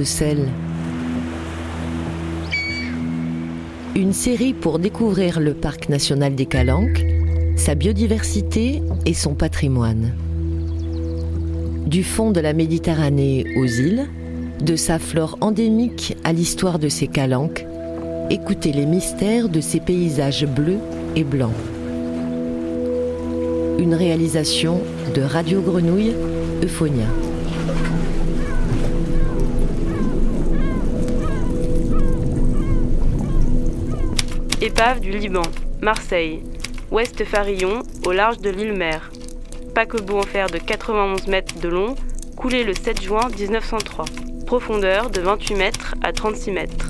de sel. Une série pour découvrir le parc national des Calanques, sa biodiversité et son patrimoine. Du fond de la Méditerranée aux îles, de sa flore endémique à l'histoire de ses calanques, écoutez les mystères de ces paysages bleus et blancs. Une réalisation de Radio Grenouille, Euphonia. Épave du Liban, Marseille, Ouest Farillon, au large de l'île Mère. Paquebot en fer de 91 mètres de long, coulé le 7 juin 1903. Profondeur de 28 mètres à 36 mètres.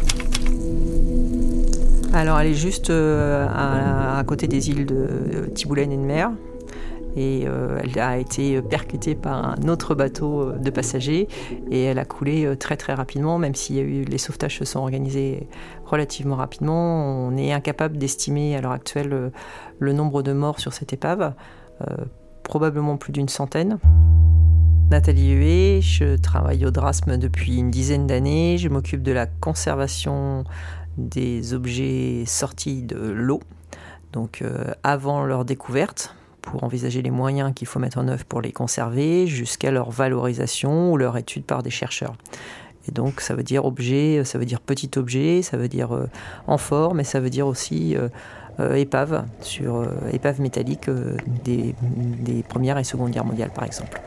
Alors elle est juste à côté des îles de Tiboulen et de Mer. Et elle a été percutée par un autre bateau de passagers et elle a coulé très très rapidement, même s'il y a eu, les sauvetages se sont organisés relativement rapidement. On est incapable d'estimer à l'heure actuelle le nombre de morts sur cette épave, probablement plus d'une centaine. Nathalie Huet, je travaille au Drasme depuis une dizaine d'années, je m'occupe de la conservation des objets sortis de l'eau, donc avant leur découverte, pour envisager les moyens qu'il faut mettre en œuvre pour les conserver, jusqu'à leur valorisation ou leur étude par des chercheurs. Et donc ça veut dire objet, ça veut dire petit objet, ça veut dire amphore, mais ça veut dire aussi épave, sur épave métallique des Première et Seconde Guerres mondiales par exemple.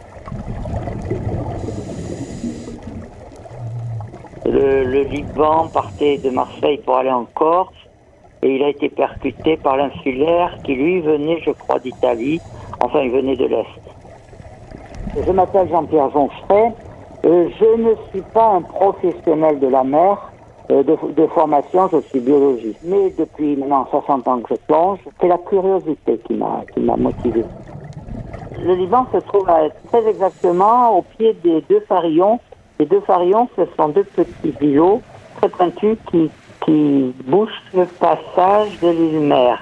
Le Liban partait de Marseille pour aller en Corse et il a été percuté par l'insulaire qui lui venait, je crois, d'Italie. Enfin, il venait de l'Est. Je m'appelle Jean-Pierre Jonfray. Je ne suis pas un professionnel de la mer. De formation, je suis biologiste. Mais depuis maintenant 60 ans que je plonge, c'est la curiosité qui m'a motivé. Le Liban se trouve très exactement au pied des deux Farillons. Les deux Farillons, ce sont deux petits îlots très pointus qui bouchent le passage de l'île Mère.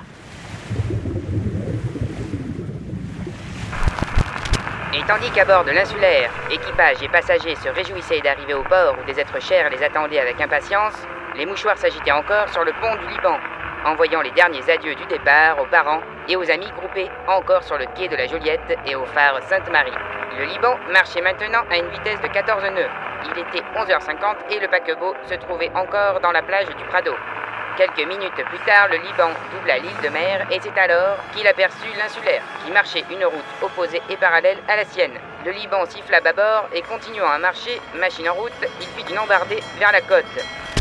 Et tandis qu'à bord de l'insulaire, équipage et passagers se réjouissaient d'arriver au port où des êtres chers les attendaient avec impatience, les mouchoirs s'agitaient encore sur le pont du Liban, envoyant les derniers adieux du départ aux parents et aux amis groupés encore sur le quai de la Joliette et au phare Sainte-Marie. Le Liban marchait maintenant à une vitesse de 14 nœuds. Il était 11h50 et le paquebot se trouvait encore dans la plage du Prado. Quelques minutes plus tard, le Liban doubla l'île de Mer et c'est alors qu'il aperçut l'insulaire, qui marchait une route opposée et parallèle à la sienne. Le Liban siffla bâbord et continuant à marcher, machine en route, il fit une embardée vers la côte.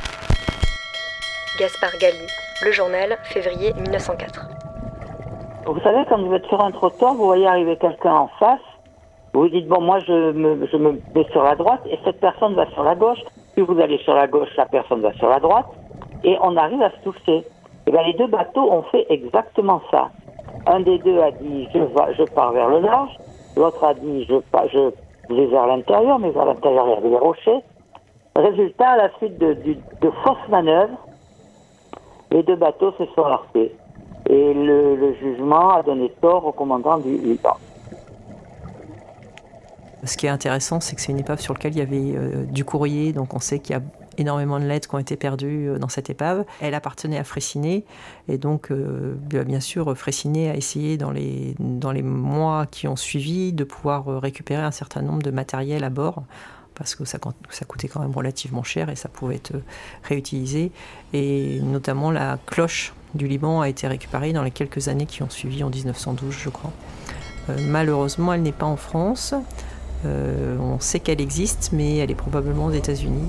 Gaspard Galli, Le Journal, février 1904. Vous savez, quand vous êtes sur un trottoir, vous voyez arriver quelqu'un en face, vous vous dites, bon, moi je me mets sur la droite et cette personne va sur la gauche, puis vous allez sur la gauche, la personne va sur la droite, et on arrive à se toucher. Et bien les deux bateaux ont fait exactement ça. Un des deux a dit, je pars vers le large, l'autre a dit, je vais vers l'intérieur, mais vers l'intérieur il y avait des rochers. Résultat, à la suite de fausses manœuvres, les deux bateaux se sont heurtés. Et le jugement a donné tort au commandant du Liban. Ce qui est intéressant, c'est que c'est une épave sur laquelle il y avait du courrier, donc on sait qu'il y a énormément de lettres qui ont été perdues dans cette épave. Elle appartenait à Freycinet, et donc bien sûr Freycinet a essayé dans les mois qui ont suivi de pouvoir récupérer un certain nombre de matériel à bord, parce que ça coûtait quand même relativement cher et ça pouvait être réutilisé. Et notamment la cloche du Liban a été récupérée dans les quelques années qui ont suivi, en 1912 je crois. Malheureusement, elle n'est pas en France. On sait qu'elle existe, mais elle est probablement aux États-Unis.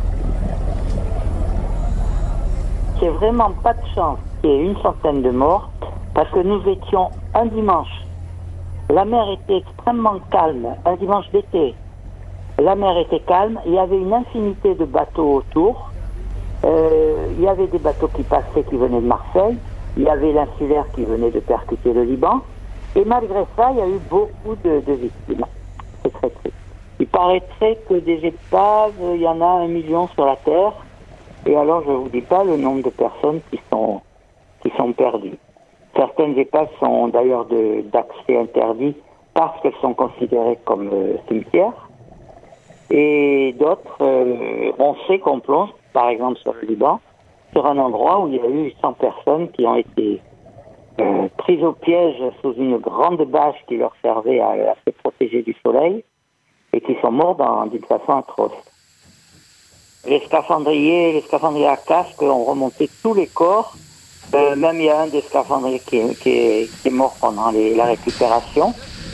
C'est vraiment pas de chance qu'il y ait une centaine de morts, parce que nous étions un dimanche. La mer était extrêmement calme, un dimanche d'été. La mer était calme, il y avait une infinité de bateaux autour. Il y avait des bateaux qui passaient, qui venaient de Marseille. Il y avait l'insulaire qui venait de percuter le Liban. Et malgré ça, il y a eu beaucoup de victimes. C'est très triste. Il paraîtrait que des épaves, il y en a 1 million sur la Terre. Et alors, je ne vous dis pas le nombre de personnes qui sont perdues. Certaines épaves sont d'ailleurs d'accès interdit parce qu'elles sont considérées comme cimetières. Et d'autres, on sait qu'on plonge, par exemple sur le Liban, sur un endroit où il y a eu 100 personnes qui ont été prises au piège sous une grande bâche qui leur servait à se protéger du soleil et qui sont morts d'une façon atroce. Les scaphandriers à casque ont remonté tous les corps. Même il y a un des scaphandriers qui est mort pendant la récupération.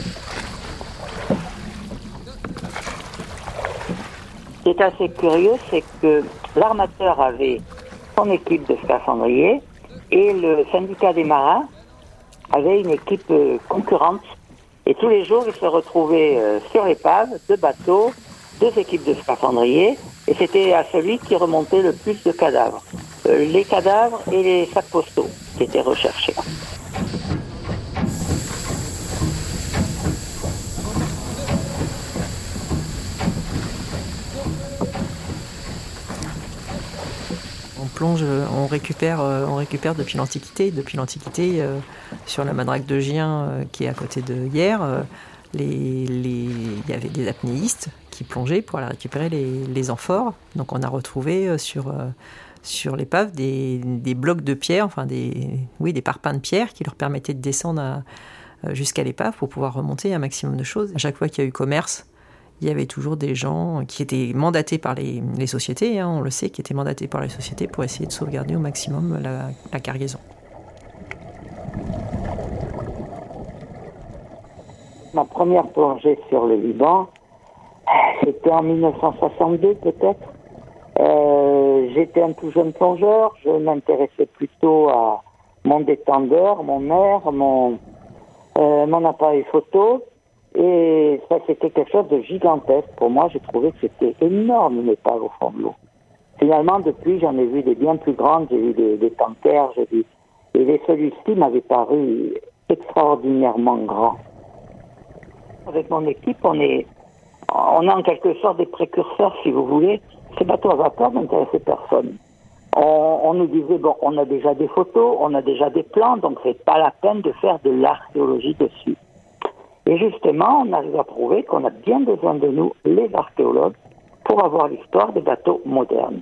Ce qui est assez curieux, c'est que l'armateur avait son équipe de scaphandriers et le syndicat des marins avait une équipe concurrente. Et tous les jours, ils se retrouvaient sur l'épave, 2 bateaux, 2 équipes de scaphandriers, et c'était à celui qui remontait le plus de cadavres. Les cadavres et les sacs postaux qui étaient recherchés. On récupère depuis l'Antiquité. Sur la Madrague de Gien, qui est à côté de Hyères, il y avait des apnéistes qui plongeaient pour aller récupérer les amphores. Donc on a retrouvé sur l'épave des blocs de pierre, des parpaings de pierre qui leur permettaient de descendre jusqu'à l'épave pour pouvoir remonter un maximum de choses. À chaque fois qu'il y a eu commerce, il y avait toujours des gens qui étaient mandatés par les sociétés, on le sait, qui étaient mandatés par les sociétés pour essayer de sauvegarder au maximum la cargaison. Ma première plongée sur le Liban, c'était en 1962 peut-être. J'étais un tout jeune plongeur, je m'intéressais plutôt à mon détendeur, mon air, mon appareil photo. Et ça, c'était quelque chose de gigantesque. Pour moi, j'ai trouvé que c'était énorme, une épave au fond de l'eau. Finalement, depuis, j'en ai vu des bien plus grandes. J'ai vu des tankers, et celui-ci m'avait paru extraordinairement grand. Avec mon équipe, on est en quelque sorte des précurseurs, si vous voulez. Ces bateaux à vapeur n'intéressaient personne. On nous disait, on a déjà des photos, on a déjà des plans, donc c'est pas la peine de faire de l'archéologie dessus. Et justement, on arrive à prouver qu'on a bien besoin de nous, les archéologues, pour avoir l'histoire des bateaux modernes.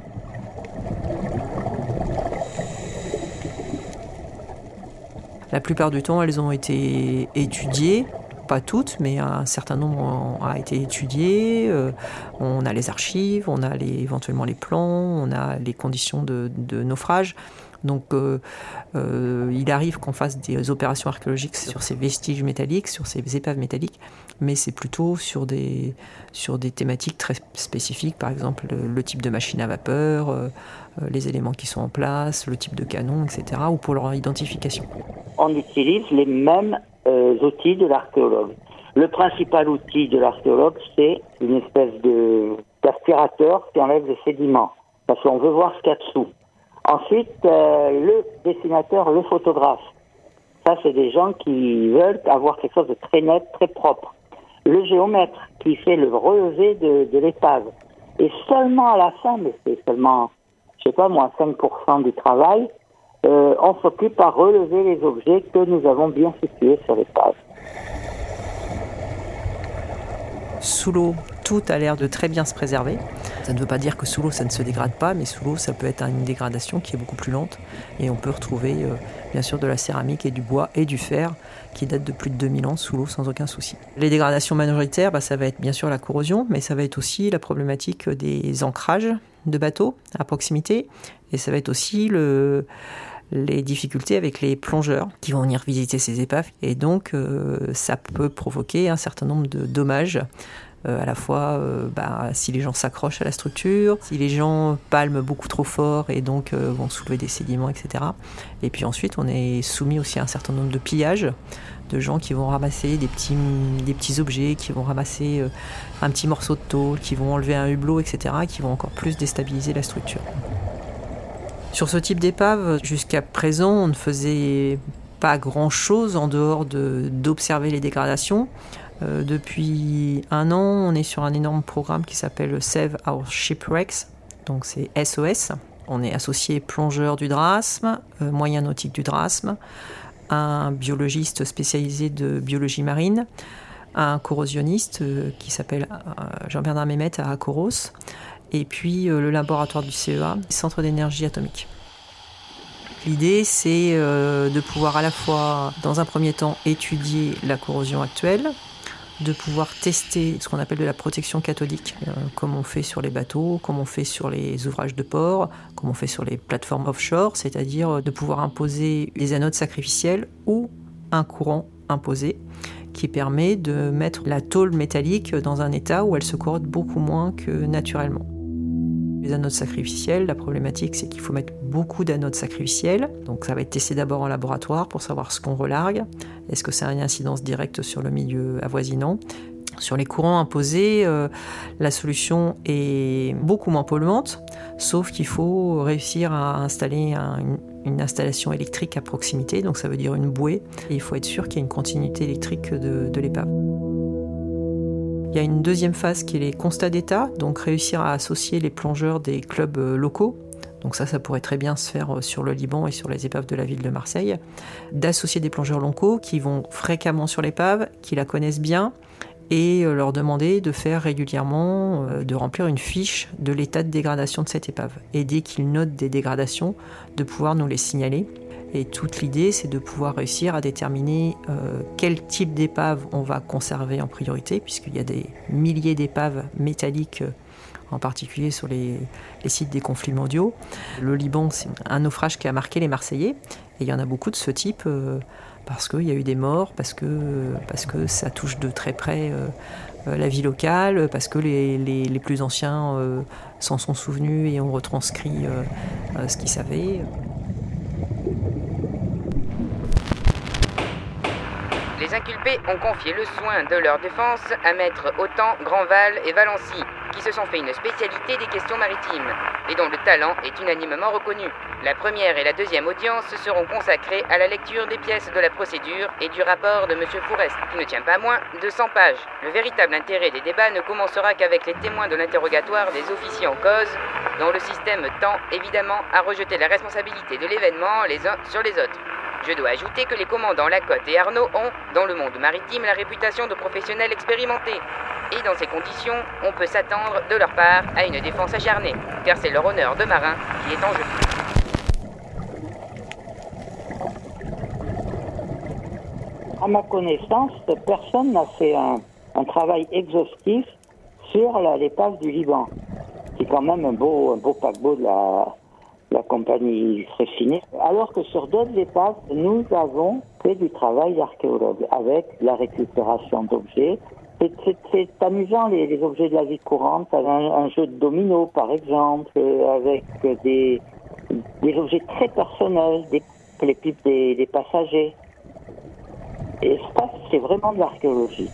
La plupart du temps, elles ont été étudiées, pas toutes, mais un certain nombre a été étudié. On a les archives, on a éventuellement les plans, on a les conditions de naufrage. Donc il arrive qu'on fasse des opérations archéologiques sur ces vestiges métalliques, sur ces épaves métalliques, mais c'est plutôt sur des thématiques très spécifiques, par exemple le type de machine à vapeur, les éléments qui sont en place, le type de canon, etc., ou pour leur identification. On utilise les mêmes outils de l'archéologue. Le principal outil de l'archéologue, c'est une espèce d'aspirateur qui enlève les sédiments, parce qu'on veut voir ce qu'il y a dessous. Ensuite, le dessinateur, le photographe. Ça, c'est des gens qui veulent avoir quelque chose de très net, très propre. Le géomètre qui fait le relevé de l'épave. Et seulement à la fin, mais c'est seulement, 5% du travail, on s'occupe à relever les objets que nous avons bien situés sur l'épave. Sous l'eau, tout a l'air de très bien se préserver. Ça ne veut pas dire que sous l'eau, ça ne se dégrade pas, mais sous l'eau, ça peut être une dégradation qui est beaucoup plus lente. Et on peut retrouver, bien sûr, de la céramique et du bois et du fer qui datent de plus de 2000 ans sous l'eau sans aucun souci. Les dégradations majoritaires, ça va être bien sûr la corrosion, mais ça va être aussi la problématique des ancrages de bateaux à proximité. Et ça va être aussi les difficultés avec les plongeurs qui vont venir visiter ces épaves. Et donc, ça peut provoquer un certain nombre de dommages. À la fois, si les gens s'accrochent à la structure, si les gens palment beaucoup trop fort et donc vont soulever des sédiments, etc. Et puis ensuite, on est soumis aussi à un certain nombre de pillages, de gens qui vont ramasser des petits objets, qui vont ramasser un petit morceau de tôle, qui vont enlever un hublot, etc., qui vont encore plus déstabiliser la structure. Sur ce type d'épave, jusqu'à présent, on ne faisait pas grand-chose en dehors d'observer les dégradations. Depuis 1 an, on est sur un énorme programme qui s'appelle Save Our Shipwrecks, donc c'est SOS. On est associé plongeur du Drasme, moyen nautique du Drasme, un biologiste spécialisé de biologie marine, un corrosionniste qui s'appelle Jean-Bernard Mehmet à Acoros, et puis le laboratoire du CEA, Centre d'énergie atomique. L'idée, c'est de pouvoir à la fois, dans un premier temps, étudier la corrosion actuelle, de pouvoir tester ce qu'on appelle de la protection cathodique, comme on fait sur les bateaux, comme on fait sur les ouvrages de port, comme on fait sur les plateformes offshore, c'est-à-dire de pouvoir imposer des anodes sacrificielles ou un courant imposé qui permet de mettre la tôle métallique dans un état où elle se corrode beaucoup moins que naturellement. Les anodes sacrificielles, la problématique, c'est qu'il faut mettre beaucoup d'anodes sacrificielles. Donc ça va être testé d'abord en laboratoire pour savoir ce qu'on relargue. Est-ce que ça a une incidence directe sur le milieu avoisinant ? Sur les courants imposés, la solution est beaucoup moins polluante, sauf qu'il faut réussir à installer une installation électrique à proximité, donc ça veut dire une bouée, et il faut être sûr qu'il y a une continuité électrique de l'épave. Il y a une deuxième phase qui est les constats d'état, donc réussir à associer les plongeurs des clubs locaux. Donc ça pourrait très bien se faire sur le Liban et sur les épaves de la ville de Marseille. D'associer des plongeurs locaux qui vont fréquemment sur l'épave, qui la connaissent bien, et leur demander de faire régulièrement, de remplir une fiche de l'état de dégradation de cette épave. Et dès qu'ils notent des dégradations, de pouvoir nous les signaler. Et toute l'idée, c'est de pouvoir réussir à déterminer quel type d'épave on va conserver en priorité, puisqu'il y a des milliers d'épaves métalliques, en particulier sur les sites des conflits mondiaux. Le Liban, c'est un naufrage qui a marqué les Marseillais, et il y en a beaucoup de ce type, parce qu'il y a eu des morts, parce que ça touche de très près la vie locale, parce que les plus anciens s'en sont souvenus et ont retranscrit ce qu'ils savaient. Les inculpés ont confié le soin de leur défense à maître Autan, Grandval et Valency, qui se sont fait une spécialité des questions maritimes, et dont le talent est unanimement reconnu. La première et la deuxième audience seront consacrées à la lecture des pièces de la procédure et du rapport de M. Fourest, qui ne tient pas moins de 100 pages. Le véritable intérêt des débats ne commencera qu'avec les témoins de l'interrogatoire des officiers en cause, dont le système tend évidemment à rejeter la responsabilité de l'événement les uns sur les autres. Je dois ajouter que les commandants Lacotte et Arnaud ont, dans le monde maritime, la réputation de professionnels expérimentés. Et dans ces conditions, on peut s'attendre de leur part à une défense acharnée, car c'est leur honneur de marin qui est en jeu. À ma connaissance, personne n'a fait un travail exhaustif sur l'épave du Liban. C'est quand même un beau paquebot de la compagnie Frescinet. Alors que sur d'autres épaves, nous avons fait du travail d'archéologue avec la récupération d'objets. C'est amusant, les objets de la vie courante, un jeu de domino par exemple, avec des objets très personnels, les pipes des passagers. Et ça, c'est vraiment de l'archéologie.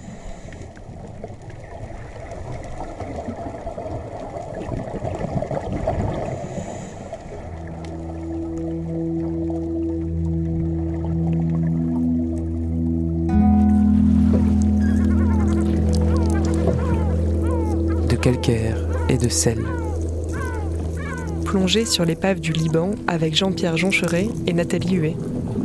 De calcaire et de sel. Plongée sur l'épave du Liban avec Jean-Pierre Joncheret et Nathalie Huet.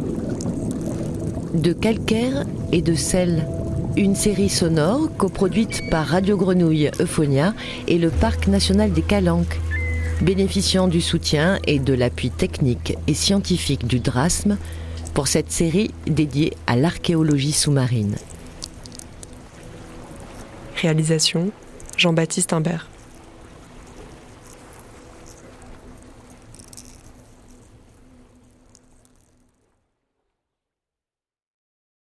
De calcaire et de sel. Une série sonore coproduite par Radio Grenouille Euphonia et le Parc national des Calanques, bénéficiant du soutien et de l'appui technique et scientifique du DRASM pour cette série dédiée à l'archéologie sous-marine. Réalisation Jean-Baptiste Imbert.